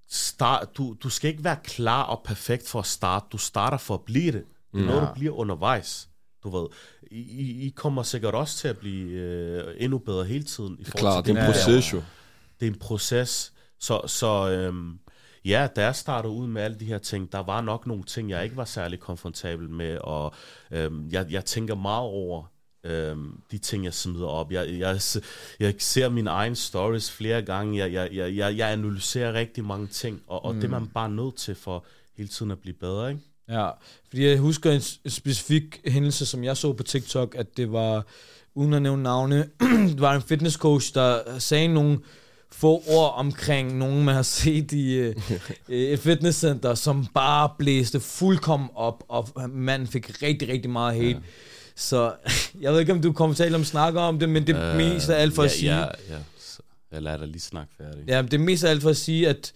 start, du, du skal ikke være klar og perfekt for at starte. Du starter for at blive det. Det er noget, du bliver undervejs. Du ved, I, I kommer sikkert også til at blive øh, endnu bedre hele tiden. I det er klart, det er en proces jo. Det er en proces. Så, så øhm, ja, da jeg startede ud med alle de her ting, der var nok nogle ting, jeg ikke var særlig komfortabel med. Og øhm, jeg, jeg tænker meget over øhm, de ting, jeg smider op. Jeg, jeg, jeg ser mine egne stories flere gange. Jeg, jeg, jeg, jeg, jeg analyserer rigtig mange ting. Og, og mm. det er man bare nødt til for hele tiden at blive bedre, ikke? Ja, fordi jeg husker en specifik hændelse, som jeg så på TikTok, at det var, uden at nævne navne, det var en fitnesscoach, der sagde nogle få ord omkring nogen, man har set i uh, et fitnesscenter, som bare blæste fuldkommen op, og manden fik rigtig, rigtig meget hate. Ja. Så jeg ved ikke, om du kommer til at snakke om det, men det er uh, mest af alt for ja, at sige... Ja, ja. Jeg lader dig lige snakke færdig. Ja, det er mest af alt for at sige, at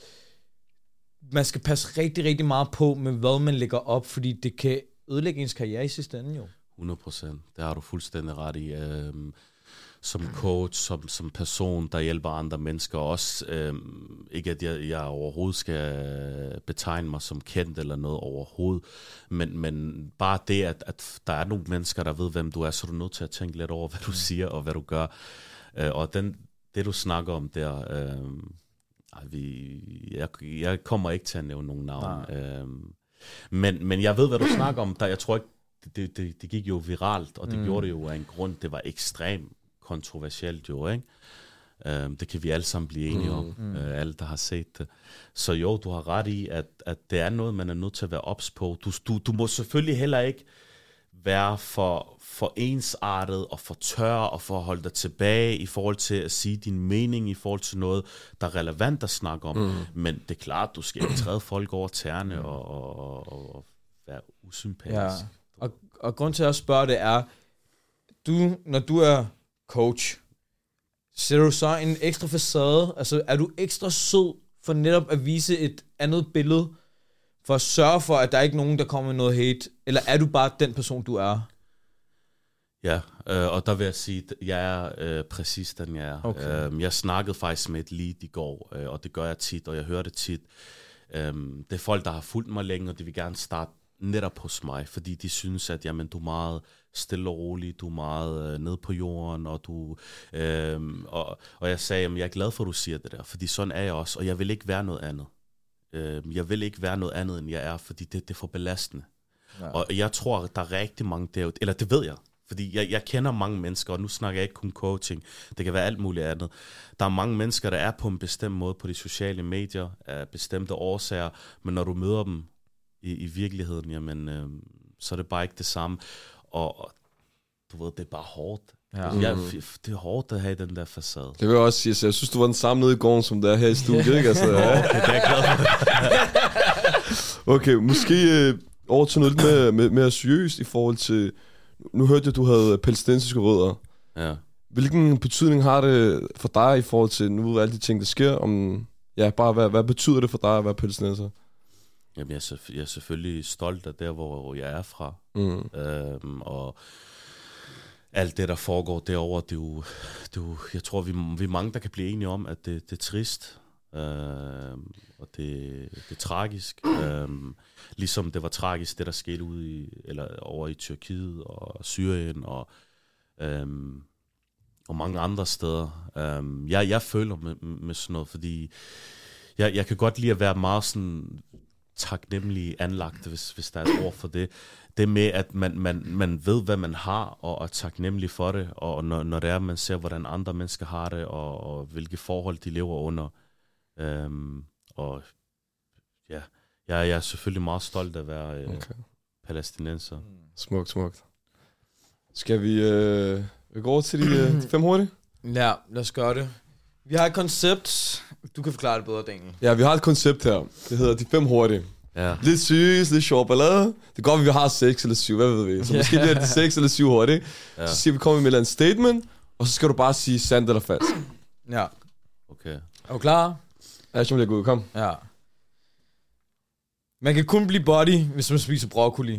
man skal passe rigtig, rigtig meget på med, hvad man lægger op, fordi det kan ødelægge ens karriere i sidste ende jo. hundrede procent. Det har du fuldstændig ret i. Øhm, som coach, som, som person, der hjælper andre mennesker også. Øhm, ikke at jeg, jeg overhovedet skal betegne mig som kendt eller noget overhovedet, men, men bare det, at, at der er nogle mennesker, der ved, hvem du er, så er du nødt til at tænke lidt over, hvad du siger og hvad du gør. Øh, og den, det, du snakker om der... Øhm, Ej, vi, jeg, jeg kommer ikke til at nævne nogen navn. Øhm, men, men jeg ved, hvad du snakker om. Der, jeg tror ikke, det, det, det gik jo viralt, og det mm. gjorde det jo af en grund. Det var ekstremt kontroversielt jo, ikke? Øhm, det kan vi alle sammen blive enige mm. om, mm. øh, alle, der har set det. Så jo, du har ret i, at, at det er noget, man er nødt til at være ops på. Du, du, du må selvfølgelig heller ikke være for, for ensartet og for tør og for at holde dig tilbage i forhold til at sige din mening i forhold til noget, der er relevant at snakke om. Mm. Men det er klart, du skal ikke træde folk over tæerne mm. og, og, og, og være usympatisk. Ja. Og, og grund til at spørge det er, du, når du er coach, ser du så en ekstra facade? Altså er du ekstra sød for netop at vise et andet billede, for at sørge for, at der ikke er nogen, der kommer med noget hate? Eller er du bare den person, du er? Ja, øh, og der vil jeg sige, at jeg er øh, præcis den, jeg er. Okay. Øh, jeg snakkede faktisk med et lead i går, øh, og det gør jeg tit, og jeg hører det tit. Øh, det er folk, der har fulgt mig længe, og de vil gerne starte netop hos mig, fordi de synes, at jamen, du er meget stille og rolig, du er meget øh, nede på jorden, og du øh, og, og jeg sagde, at jeg er glad for, at du siger det der, fordi sådan er jeg også, og jeg vil ikke være noget andet. Øh, jeg vil ikke være noget andet, end jeg er, fordi det, det er for belastende. Ja. Og jeg tror, at der er rigtig mange derude, eller det ved jeg, fordi jeg, jeg kender mange mennesker, og nu snakker jeg ikke kun coaching, det kan være alt muligt andet. Der er mange mennesker, der er på en bestemt måde på de sociale medier, af bestemte årsager, men når du møder dem i, i virkeligheden, jamen, øh, så er det bare ikke det samme. Og, og du ved, det er bare hårdt. Ja. Jeg, det er hårdt at have den der facade. Det vil jeg også sige, så jeg synes, du var den samme nede i gården, som der er her i studiet, ikke? Altså, ja. Okay, det er jeg glad for. Okay, måske øh, over til noget lidt mere, mere, mere seriøst i forhold til... Nu hørte jeg, at du havde palæstinensiske rødder. Ja. Hvilken betydning har det for dig i forhold til nu alle de ting, der sker? Om, ja, bare hvad, hvad betyder det for dig at være palæstinenser? Jamen, jeg er, selvf- jeg er selvfølgelig stolt af der, hvor jeg er fra. Mm. Øhm, og alt det, der foregår derovre, det er jo... Det er jo jeg tror, vi, vi er mange, der kan blive enige om, at det, det er trist. Øhm, og det, det er tragisk. Øhm, ligesom det var tragisk, det der skete ude i, eller over i Tyrkiet og Syrien og, øhm, og mange andre steder. Øhm, jeg, jeg føler med, med sådan noget, fordi jeg, jeg kan godt lide at være meget sådan taknemmelig anlagt, hvis, hvis der er et ord for det. Det med, at man, man, man ved, hvad man har, og er taknemmelig for det, og når, når det er, man ser, hvordan andre mennesker har det, og, og hvilke forhold de lever under. Øhm, og ja, jeg, jeg er selvfølgelig meget stolt af at være øh, okay. palæstinenser. Smukt, smukt. Skal vi, øh, vi gå over til de, øh, de fem hurtige? Ja, lad os gøre det. Vi har et koncept. Du kan forklare det bedre, Daniel. Ja, vi har et koncept her. Det hedder de fem hurtige. Ja. Lidt seriøst, lidt sjov ballade. Det går, at vi har seks eller syv, hvad ved vi. Så måske bliver det seks eller syv hurtigt. Ja. Så siger vi, kommer med et statement, og så skal du bare sige sandt eller falsk. Ja. Okay. Er du klar? Ja, så må jeg gå ud. Kom. Ja. Man kan kun blive body, hvis man spiser broccoli.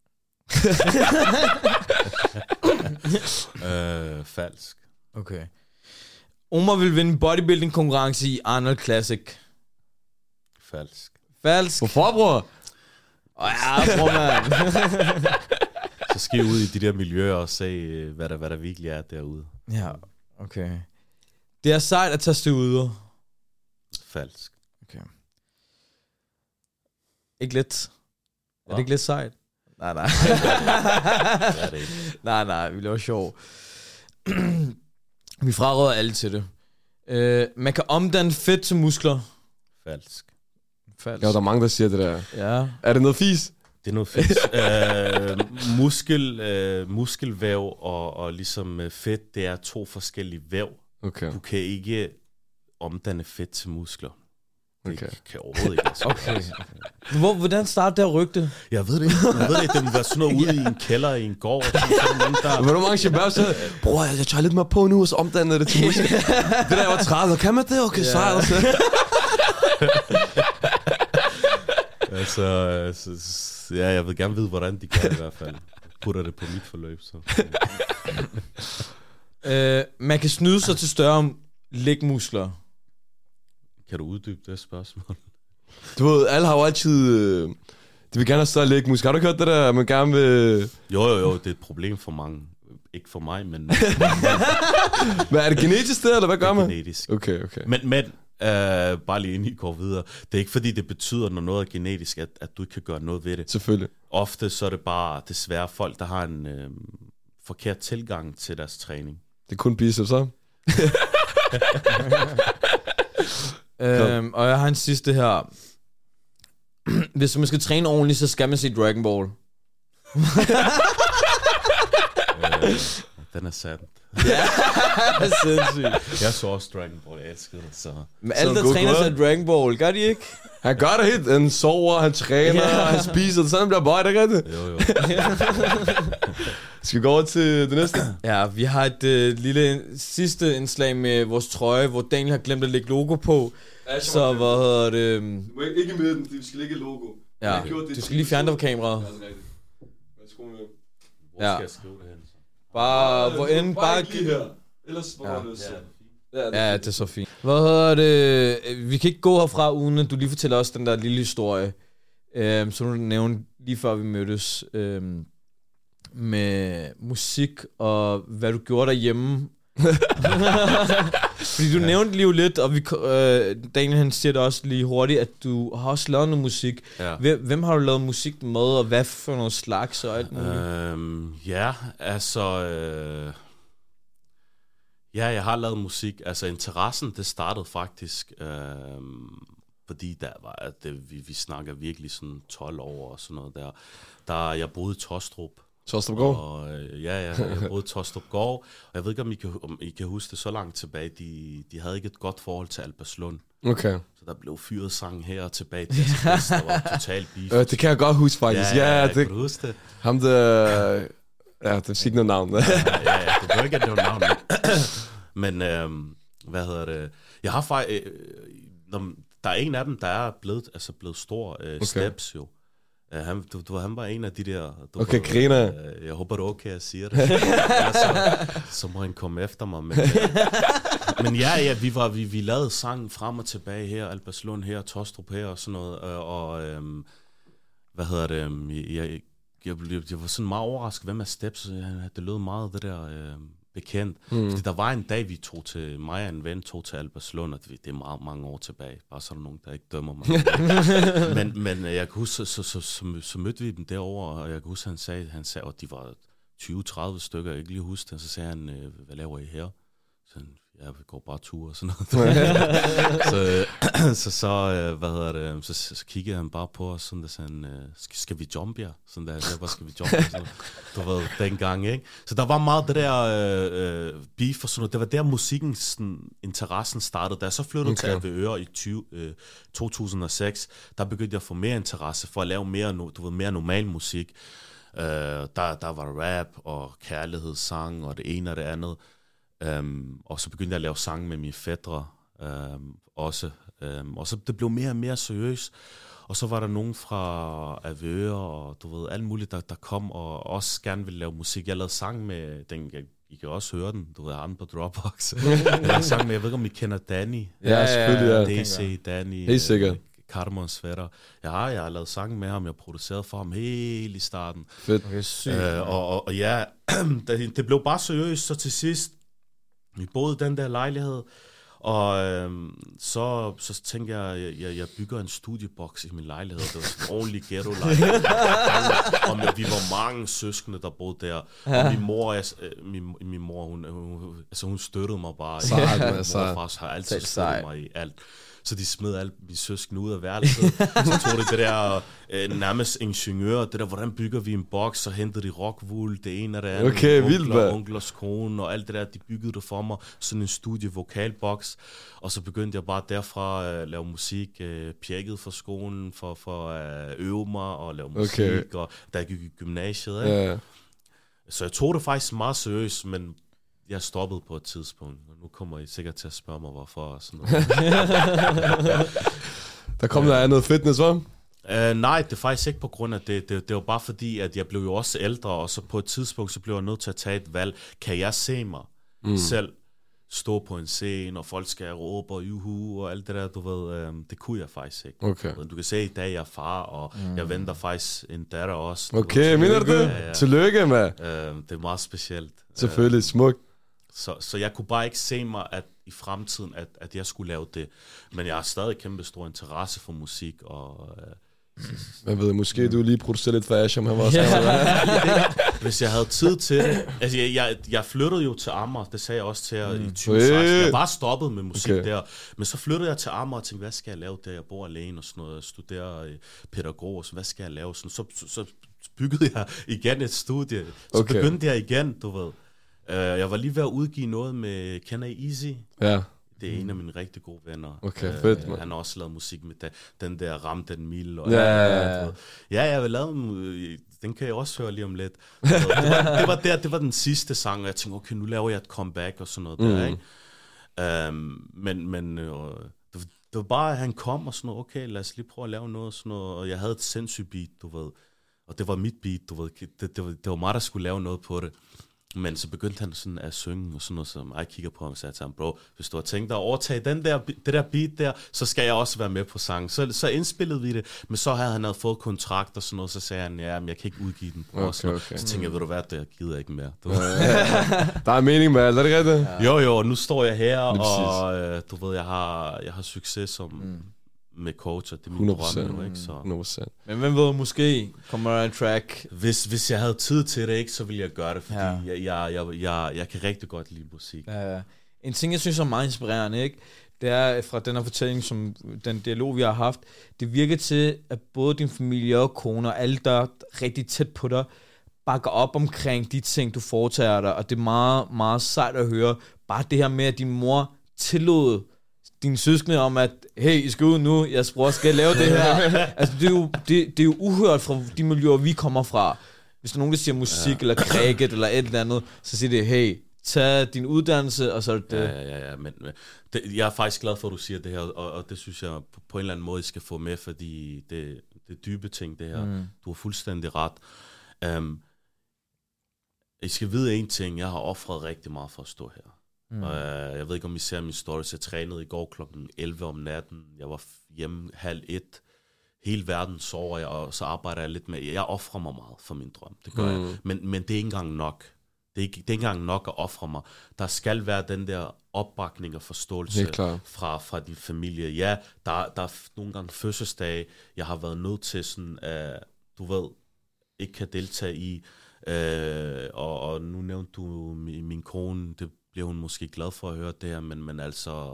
øh, falsk. Okay. Omar vil vinde bodybuilding konkurrence i Arnold Classic. Falsk. Falsk. Hvorfor, bror? Åh ja, bror, mand. Så skal I ud i de der miljøer og se, hvad der, hvad der virkelig er derude. Ja, okay. Det er sejt at tage ude. Falsk. Okay. Ikke lidt. Er det ikke lidt sejt? Nej, nej. Det er det ikke. nej, nej, vi laver sjov. Vi fraråder alle til det. Uh, man kan omdanne fedt til muskler. Falsk. Falsk. Ja, der er mange, der siger det der. Ja. Er det noget fis? Det er noget fedt. uh, muskel, uh, muskelvæv og, og ligesom fedt, det er to forskellige væv. Okay. Du kan ikke omdanne fedt til muskler. Det Okay. kan overhovedet ikke. Altså. Okay. Hvor, hvordan startede det her rygte? Jeg ved det ikke. Jeg ved det ikke. Det må være sådan noget ude i en kælder i en gård. Og sådan, så er der nogen, der... Hvor du mange shabab så, bror, jeg, jeg tager lidt mere på nu, og så omdanner det til musik. Det der, jeg var tredive, kan man det? Okay, Ja. sejt. Altså. altså, altså, ja, jeg vil gerne vide, hvordan de gør det i hvert fald. Putter det på mit forløb, så. Uh, man kan snyde sig til større lægmuskler. Kan du uddybe det spørgsmål? Du ved, alle har jo altid... Øh, de vil gerne have større lægmuskler. Har du ikke hørt det der, at man gerne vil... Jo, jo, jo, det er et problem for mange. Ikke for mig, men... Men er det genetisk det, eller hvad gør man? Genetisk. Okay, okay. Men, men øh, bare lige inden I går videre. Det er ikke fordi, det betyder, når noget er genetisk, at, at du ikke kan gøre noget ved det. Selvfølgelig. Ofte så er det bare desværre folk, der har en øh, forkert tilgang til deres træning. Det er kun biceps, så? Øhm, og jeg har en sidste her. Hvis man skal træne ordentligt, så skal man se Dragon Ball. øh, den er sandt. Ja, sindssygt. Jeg så også Dragon Ball, jeg elskede det, så... Men alle, Så der god træner gået. sig Dragon Ball, gør de ikke? Han gør det helt. Han sover, han træner, Ja. han spiser. Sådan han bliver bøjet, ikke rigtigt? Jo, jo. Skal vi gå over til det næste? Ja, vi har et øh, lille sidste indslag med vores trøje, hvor Daniel har glemt at lægge logo på. Så hvad hedder det? Du må ikke med den, vi skal lægge logo. Ja, du skal lige fjerne dig fra kameraet. Hvor Ja. skal jeg skrive det hen? Bare, hvor end, bare... her. Ellers Ja. Ja. Ja, det er så fint. Hvad hedder det? Vi kan ikke gå herfra, uden at du lige fortæller os den der lille historie, øhm, som du nævnte lige før vi mødtes, øhm, med musik og hvad du gjorde derhjemme. Fordi du nævnte lige jo lidt, og vi, øh, Daniel han siger det også lige hurtigt, at du har også lavet noget musik. Ja. Hvem, hvem har du lavet musik med, og hvad for noget slags og alt muligt? Øhm, ja, altså... Øh, ja, jeg har lavet musik. Altså, interessen, det startede faktisk... Øh, fordi der var, at det, vi, vi snakker virkelig sådan tolv år og sådan noget der. Der jeg boede i Tostrup. Tostrup Gård? Og, øh, ja, ja, jeg boede i Tostrup Gård. Og jeg ved ikke, om I kan, om I kan huske det så langt tilbage. De, de havde ikke et godt forhold til Albertslund. Okay. Så der blev fyret sang her og tilbage til Espresso. Der var totalt beef. Øh, det kan jeg godt huske, faktisk. Ja, Ja, ja, det, kan du huske det? ham der... Ja, det er ikke noget navn. ja, ja, ja, det behøver ikke, at det var navn. Men, øhm, hvad hedder det? Jeg har faktisk... Øh, når, der er en af dem, der er blevet, altså blevet stor. Øh, okay. Steps jo. Uh, han, du, du, han var en af de der... Du, Okay, griner. Uh, jeg håber, du er okay, at sige det. ja, så, så må han komme efter mig. Men, uh, men ja, ja, vi, var, vi, vi lavede sangen frem og tilbage her. Albertslund her, Tostrup her og sådan noget. Uh, og um, hvad hedder det? Um, jeg, jeg, jeg, jeg var sådan meget overrasket. Hvem er Steps? Det lød meget det der... Uh, bekendt. Mm. Fordi der var en dag, vi tog til, mig og en ven tog til Albertslund, og det er meget mange år tilbage. Bare så er der nogen, der ikke dømmer mig. men, men jeg kan huske, så, så, så, så, så mødte vi dem derovre, og jeg kan huske, han sagde, han sagde, og de var tyve tredive stykker, jeg kan lige huske det, så sagde han, hvad laver I her? Så han, ja, vi går bare tur og sådan noget. så, så, så, hvad hedder det, så, så kiggede han bare på os, sådan der sagde han, skal, skal vi jump jer? Sådan der, jeg bare, skal vi jump jer? Sådan, du ved, dengang, ikke? Så der var meget det der øh, beef og sådan noget. Det var der musikken, sådan, interessen startede. Da jeg så flyttede okay. til Avedøre i tyve, øh, to tusind og seks, der begyndte jeg at få mere interesse for at lave mere, du ved, mere normal musik. Øh, der, der var rap og kærlighedssang og det ene og det andet. Um, og så begyndte jeg at lave sange med mine fætre um, også. Um, og så det blev mere og mere seriøst. Og så var der nogen fra Avedøre og du ved, alt muligt, der, der kom og også gerne ville lave musik. Jeg lavede sang med, den, jeg, I kan også høre den, du ved, han på Dropbox. Jeg lavede sang med, jeg ved ikke, om I kender Danny. Ja, selvfølgelig, ja. D C, Danny. Helt sikkert. Carmen Sweater. Ja, jeg har lavet sange med ham, jeg har produceret for ham helt i starten. Fedt. Okay, sygt. Øh, og, og, og ja, det, det blev bare seriøst, så til sidst, vi boede i den der lejlighed, og øhm, så, så tænkte jeg, jeg, jeg, jeg bygger en studieboks i min lejlighed. Det var sådan en ordentlig ghetto-lejlighed. Og vi var mange søskende, der boede der. Og min mor, jeg, min, min mor hun, hun, altså hun støttede mig bare. Sejt, Min man, mor sejt. og far har altid Selv støttet sej. mig i alt. Så de smed alle mine søskende ud af værelset. Så tog de det der øh, nærmest ingeniør, det der, hvordan bygger vi en boks, så hentede de rockwool, det ene og det andet. Okay, onkler, vildt, hvad? Onklers kone og alt det der, de byggede det for mig. Sådan en studie-vokalboks. Og så begyndte jeg bare derfra at lave musik, øh, pjekket for skolen, for, for at øve mig og lave musik. Okay. Og da jeg gik i gymnasiet, ikke? Ja. Så jeg tog det faktisk meget seriøst, men jeg stoppede på et tidspunkt. Og nu kommer I sikkert til at spørge mig, hvorfor og sådan noget. Der kom der noget fitness, hva'? Uh, nej, det er faktisk ikke på grund af det. det. Det var bare fordi, at jeg blev jo også ældre, og så på et tidspunkt, så blev jeg nødt til at tage et valg. Kan jeg se mig mm. selv stå på en scene, og folk skal råbe og juhu og alt det der, du ved, um, det kunne jeg faktisk ikke. Okay. Du kan se, i dag jeg er far, og mm. jeg venter faktisk en datter også. Du Okay, ved, mener du det? Ja, ja. Tillykke, mand. Uh, det er meget specielt. Selvfølgelig, smukt. Så, så jeg kunne bare ikke se mig at i fremtiden, at, at jeg skulle lave det. Men jeg har stadig kæmpe stor interesse for musik. Og, øh, Man ved, måske du lige producerer lidt for Asham, han var også hvis jeg havde tid til det. Altså, jeg, jeg, jeg flyttede jo til Amager, det sagde jeg også til jer mm. i tyve seksten. Jeg var stoppet med musik okay. der. Men så flyttede jeg til Amager og tænkte, hvad skal jeg lave der? Jeg bor alene og sådan noget. Jeg studerer pædagog, og så hvad skal jeg lave? Sådan, så, så, så byggede jeg igen et studie. Så okay. begyndte jeg igen, du ved. Uh, jeg var lige ved at udgive noget med Kender I Easy? Ja. Det er en af mine rigtig gode venner. Okay, uh, fedt, man. Han har også lavet musik med den, den der Ram den Mil. Og ja, ja, ja. Ja, jeg vil lave den kan jeg også høre lige om lidt. Det var, det var der, det var den sidste sang, og jeg tænkte, okay, nu laver jeg et comeback og sådan noget mm. der, ikke? Um, men men øh, det, det var bare, at han kom og sådan noget, okay, lad os lige prøve at lave noget sådan noget, og jeg havde et sindssygt beat, du ved. Og det var mit beat, du ved. Det, det, var, det var mig, der skulle lave noget på det. Men så begyndte han sådan at synge og sådan noget, så jeg kigger på ham og sagde til ham, bro, hvis du har tænkt dig at overtage den der, det der beat der, så skal jeg også være med på sangen. Så, så indspillede vi det, men så havde han havde fået kontrakt og sådan noget, så sagde han, ja, men jeg kan ikke udgive den. Bro. Okay, okay. Så tænkte jeg, ved du hvad, det jeg gider ikke mere. Du. Der er mening med alt, er det rigtigt? Ja. Jo, jo, og nu står jeg her, og øh, du ved, jeg har, jeg har succes som... Mm. med coach, og det er min drømme nu, ikke? Så. hundrede procent. Men hvem ved, måske kommer der en track? Hvis, hvis jeg havde tid til det, ikke, så ville jeg gøre det, fordi ja. jeg, jeg, jeg, jeg, jeg kan rigtig godt lide musik. Ja, en ting, jeg synes er meget inspirerende, ikke? Det er fra den her fortælling, som den dialog, vi har haft, det virker til, at både din familie og kone og alle, der er rigtig tæt på dig, bakker op omkring de ting, du foretager dig, og det er meget, meget sejt at høre. Bare det her med, at din mor tillod dine søskende om, at hey, I skal ud nu, jeres bror skal lave det her. Altså, det er, jo, det, det er jo uhørt fra de miljøer, vi kommer fra. Hvis der er nogen, der siger musik, ja. eller cricket, eller et eller andet, så siger det, hey, tag din uddannelse, og så er det det. Ja, ja, ja, men det, jeg er faktisk glad for, at du siger det her, og, og det synes jeg på, på en eller anden måde, I skal få med, fordi det, det er dybe ting, det her. Mm. Du har fuldstændig ret. Um, I skal vide en ting, jeg har offret rigtig meget for at stå her. Mm. Og, uh, jeg ved ikke, om I ser min stories. Jeg trænede i går klokken elleve om natten. Jeg var hjemme halv et. Hele verden sover jeg, og så arbejder jeg lidt med. Jeg offrer mig meget for min drøm. Det gør mm. jeg. Men, men det er ikke engang nok. Det er ikke, det er ikke engang nok at ofre mig. Der skal være den der opbakning og forståelse fra, fra din familie. Ja, der, der er nogle gange fødselsdage, jeg har været nødt til sådan, uh, du ved, ikke kan deltage i. Uh, og, og nu nævnte du min, min kone, det bliver hun måske glad for at høre det her, men, men altså,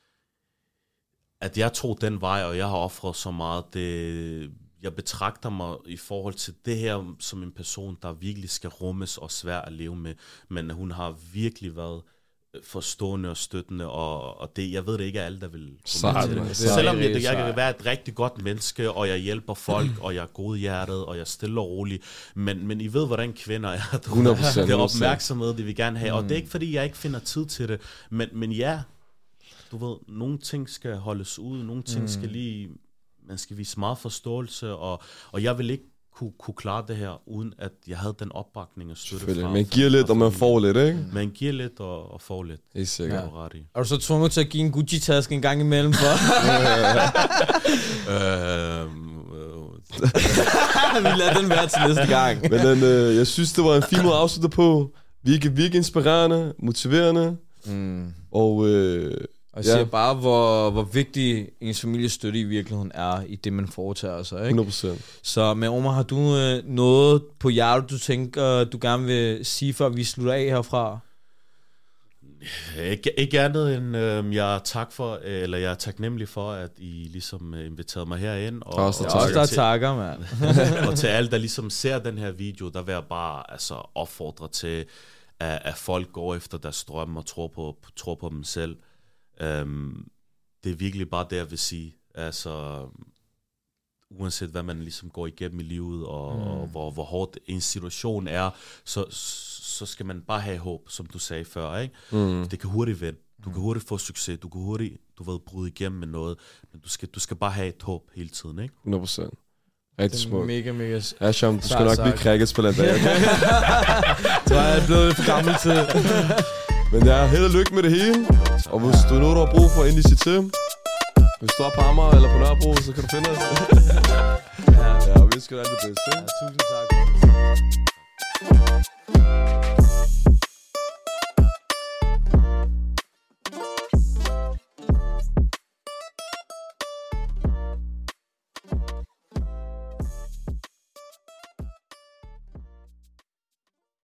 at jeg tog den vej, og jeg har offret så meget, det, jeg betragter mig i forhold til det her som en person, der virkelig skal rummes og svær at leve med, men hun har virkelig været forstående og støttende, og, og det, jeg ved det ikke er alle, der vil komme til det. det. Selvom jeg, jeg kan være et rigtig godt menneske, og jeg hjælper folk, og jeg er godhjertet, og jeg er stille og rolig, men, men I ved, hvordan kvinder er. hundrede procent Det er opmærksomhed, det vi gerne have, mm. og det er ikke, fordi jeg ikke finder tid til det, men, men ja, du ved, nogle ting skal holdes ud, nogle ting mm. skal lige, man skal vise meget forståelse, og, og jeg vil ikke kunne, kunne klare det her, uden at jeg havde den opbakning og støtte fra. Man giver lidt, og man får lidt, ikke? Man giver lidt og, og får lidt. Det er sikkert. Ja. Ret i. Er du så tvunget til at give en Gucci-taske en gang imellem for? øhm, Vi lader den være til næste gang. Men den, øh, jeg synes, det var en fin måde at afslutte på. Virkelig, virkelig inspirerende, motiverende. Mm. Og, øh, og ja. siger bare, hvor, hvor vigtig ens familiestøtte i virkeligheden er i det, man foretager sig. Ikke? hundrede procent. Så med Omar, har du øh, noget på hjertet, du tænker, du gerne vil sige, før vi slutter af herfra? Ikke, ikke andet end øh, jeg er tak for, eller jeg er taknemmelig for, at I ligesom øh, inviterede mig herind. Og, Også og, tak. Også der til, takker, mand. og til alle, der ligesom ser den her video, der vil jeg bare altså, opfordre til, at, at folk går efter deres drømme og tror på, tror på dem selv. Um, det er virkelig bare det, jeg vil sige. Altså, uanset hvad man ligesom går igennem i livet, og, mm. og hvor, hvor hårdt en situation er, så, så skal man bare have håb, som du sagde før, ikke? Mm. Det kan hurtigt vende. Du kan hurtigt få succes. Du kan hurtigt, du ved, bryde igennem med noget. Men du skal, du skal bare have et håb hele tiden, ikke? hundrede procent. Rigtig smukt. Mega, mega... Ja, Sham, du skal nok blive cricketspiller en dag, okay? Så er jeg blevet for gammel til. Men ja, held og lykke med det hele. Og hvis du er noget, du har brug for, endelig sig til. Hvis du er på Amager eller på Nørrebro, så kan du finde os. Ja, vi ønsker dig alt det bedste. Ja, tusind tak.